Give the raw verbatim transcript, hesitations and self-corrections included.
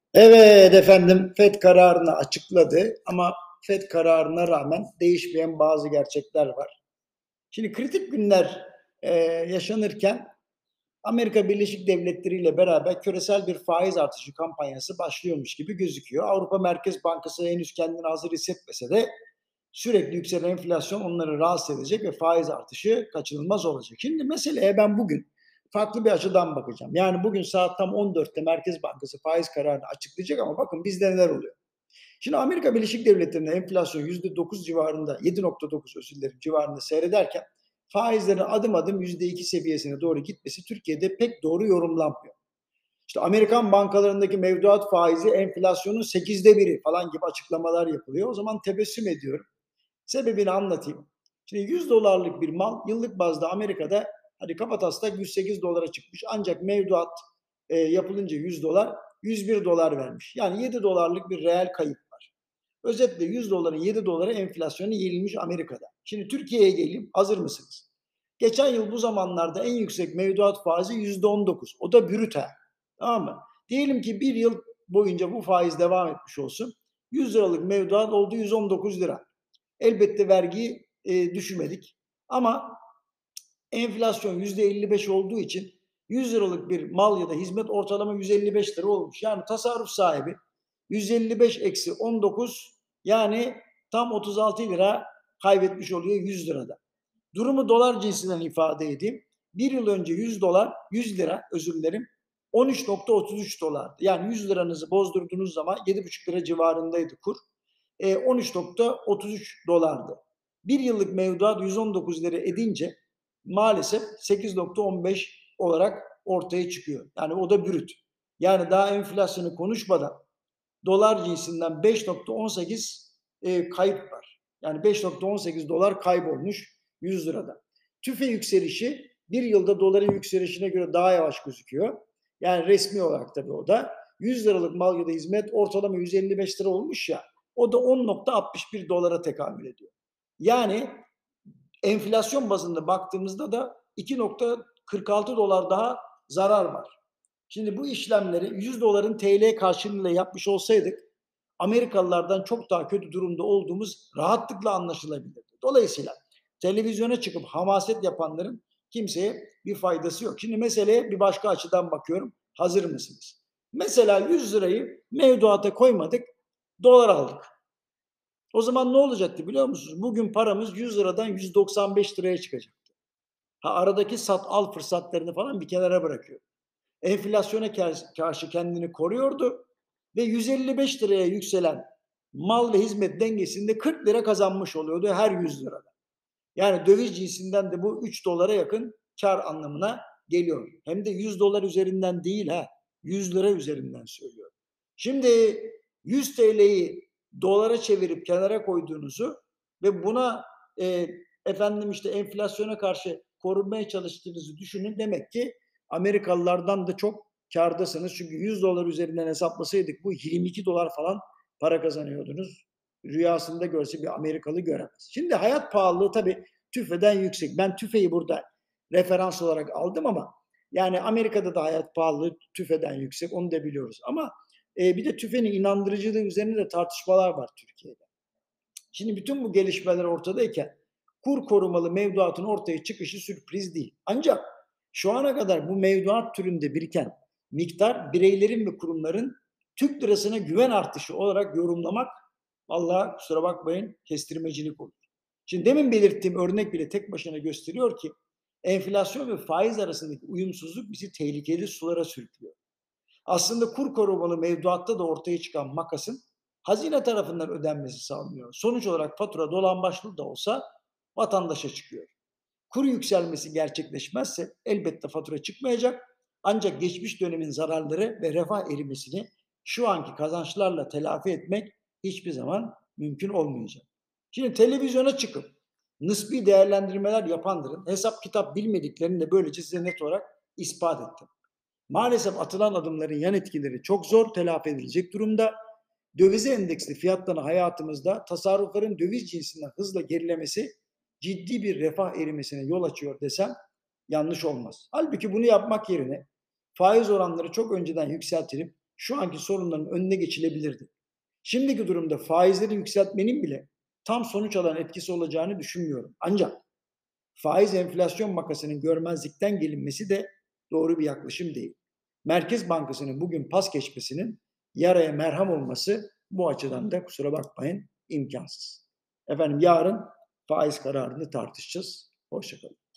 Evet efendim, F E D kararını açıkladı ama F E D kararına rağmen değişmeyen bazı gerçekler var. Şimdi kritik günler e, yaşanırken Amerika Birleşik Devletleri ile beraber küresel bir faiz artışı kampanyası başlıyormuş gibi gözüküyor. Avrupa Merkez Bankası henüz kendini hazır hissetmese de sürekli yükselen enflasyon onları rahatsız edecek ve faiz artışı kaçınılmaz olacak. Şimdi meseleye ben bugün farklı bir açıdan bakacağım. Yani bugün saat tam on dörtte Merkez Bankası faiz kararını açıklayacak ama bakın bizde neler oluyor. Şimdi Amerika Birleşik Devletleri'nde enflasyon yüzde dokuz civarında, yedi nokta dokuz özür dilerim civarında seyrederken faizlerin adım adım yüzde iki seviyesine doğru gitmesi Türkiye'de pek doğru yorumlanmıyor. İşte Amerikan bankalarındaki mevduat faizi enflasyonun sekizde biri falan gibi açıklamalar yapılıyor. O zaman tebessüm ediyorum. Sebebini anlatayım. Şimdi yüz dolarlık bir mal yıllık bazda Amerika'da hadi kabataslak yüz sekiz dolara çıkmış. Ancak mevduat e, yapılınca yüz dolar yüz bir dolar vermiş. Yani yedi dolarlık bir reel kayıp var. Özetle yüz doların yedi dolara enflasyonu yenilmiş Amerika'da. Şimdi Türkiye'ye geleyim. Hazır mısınız? Geçen yıl bu zamanlarda en yüksek mevduat faizi yüzde on dokuz. O da brüt. Tamam mı? Diyelim ki bir yıl boyunca bu faiz devam etmiş olsun. yüz liralık mevduat oldu yüz on dokuz lira. Elbette vergiyi e, düşürmedik. Ama enflasyon yüzde elli beş olduğu için yüz liralık bir mal ya da hizmet ortalama yüz elli beş lira olmuş. Yani tasarruf sahibi yüz elli beş eksi on dokuz yani tam otuz altı lira kaybetmiş oluyor yüz lirada. Durumu dolar cinsinden ifade edeyim. Bir yıl önce yüz dolar, yüz lira özür dilerim on üç nokta otuz üç dolardı. Yani yüz liranızı bozdurduğunuz zaman yedi buçuk lira civarındaydı kur. E, on üç nokta otuz üç dolardı. Bir yıllık mevduat yüz on dokuz lira edince maalesef sekiz nokta on beş olarak ortaya çıkıyor. Yani o da brüt. Yani daha enflasyonu konuşmadan dolar cinsinden beş nokta on sekiz e, kayıp var. Yani beş nokta on sekiz dolar kaybolmuş yüz lirada. TÜFE yükselişi bir yılda doların yükselişine göre daha yavaş gözüküyor. Yani resmi olarak tabii o da. yüz liralık mal ya da hizmet ortalama yüz elli beş lira olmuş ya. O da on nokta altmış bir dolara tekamül ediyor. Yani enflasyon bazında baktığımızda da iki nokta kırk altı dolar daha zarar var. Şimdi bu işlemleri yüz doların T L karşılığıyla yapmış olsaydık Amerikalılardan çok daha kötü durumda olduğumuz rahatlıkla anlaşılabilirdi. Dolayısıyla televizyona çıkıp hamaset yapanların kimseye bir faydası yok. Şimdi meseleye bir başka açıdan bakıyorum. Hazır mısınız? Mesela yüz lirayı mevduata koymadık, dolar aldık. O zaman ne olacaktı biliyor musunuz? Bugün paramız yüz liradan yüz doksan beş liraya çıkacaktı. Ha, aradaki sat al fırsatlarını falan bir kenara bırakıyor. Enflasyona karşı kendini koruyordu ve yüz elli beş liraya yükselen mal ve hizmet dengesinde kırk lira kazanmış oluyordu her yüz lirada. Yani döviz cinsinden de bu üç dolara yakın kar anlamına geliyor. Hem de yüz dolar üzerinden değil ha, yüz lira üzerinden söylüyorum. Şimdi yüz T L'yi dolara çevirip kenara koyduğunuzu ve buna e, efendim işte enflasyona karşı korunmaya çalıştığınızı düşünün. Demek ki Amerikalılardan da çok kârdasınız. Çünkü yüz dolar üzerinden hesaplasaydık bu yirmi iki dolar falan para kazanıyordunuz. Rüyasında görse bir Amerikalı göremez. Şimdi hayat pahalılığı tabii TÜFE'den yüksek. Ben TÜFE'yi burada referans olarak aldım ama yani Amerika'da da hayat pahalılığı TÜFE'den yüksek. Onu da biliyoruz. Ama e, bir de TÜFE'nin inandırıcılığı üzerine de tartışmalar var Türkiye'de. Şimdi bütün bu gelişmeler ortadayken kur korumalı mevduatın ortaya çıkışı sürpriz değil. Ancak şu ana kadar bu mevduat türünde biriken miktar bireylerin ve kurumların Türk lirasına güven artışı olarak yorumlamak vallahi kusura bakmayın kestirmecilik olur. Şimdi demin belirttiğim örnek bile tek başına gösteriyor ki enflasyon ve faiz arasındaki uyumsuzluk bizi tehlikeli sulara sürüklüyor. Aslında kur korumalı mevduatta da ortaya çıkan makasın hazine tarafından ödenmesi sağlanıyor. Sonuç olarak fatura dolambaçlı da olsa vatandaşa çıkıyor. Kur yükselmesi gerçekleşmezse elbette fatura çıkmayacak. Ancak geçmiş dönemin zararları ve refah erimesini şu anki kazançlarla telafi etmek hiçbir zaman mümkün olmayacak. Şimdi televizyona çıkıp nispi değerlendirmeler yapanların hesap kitap bilmediklerini de böylece size net olarak ispat ettim. Maalesef atılan adımların yan etkileri çok zor telafi edilecek durumda. Dövize endeksli fiyatların hayatımızda tasarrufların döviz cinsinden hızla gerilemesi ciddi bir refah erimesine yol açıyor desem yanlış olmaz. Halbuki bunu yapmak yerine faiz oranları çok önceden yükseltilip şu anki sorunların önüne geçilebilirdi. Şimdiki durumda faizleri yükseltmenin bile tam sonuç alan etkisi olacağını düşünmüyorum. Ancak faiz enflasyon makasının görmezlikten gelinmesi de doğru bir yaklaşım değil. Merkez Bankası'nın bugün pas geçmesinin yaraya merhem olması bu açıdan da kusura bakmayın imkansız. Efendim yarın faiz kararını tartışacağız. Hoşça kalın.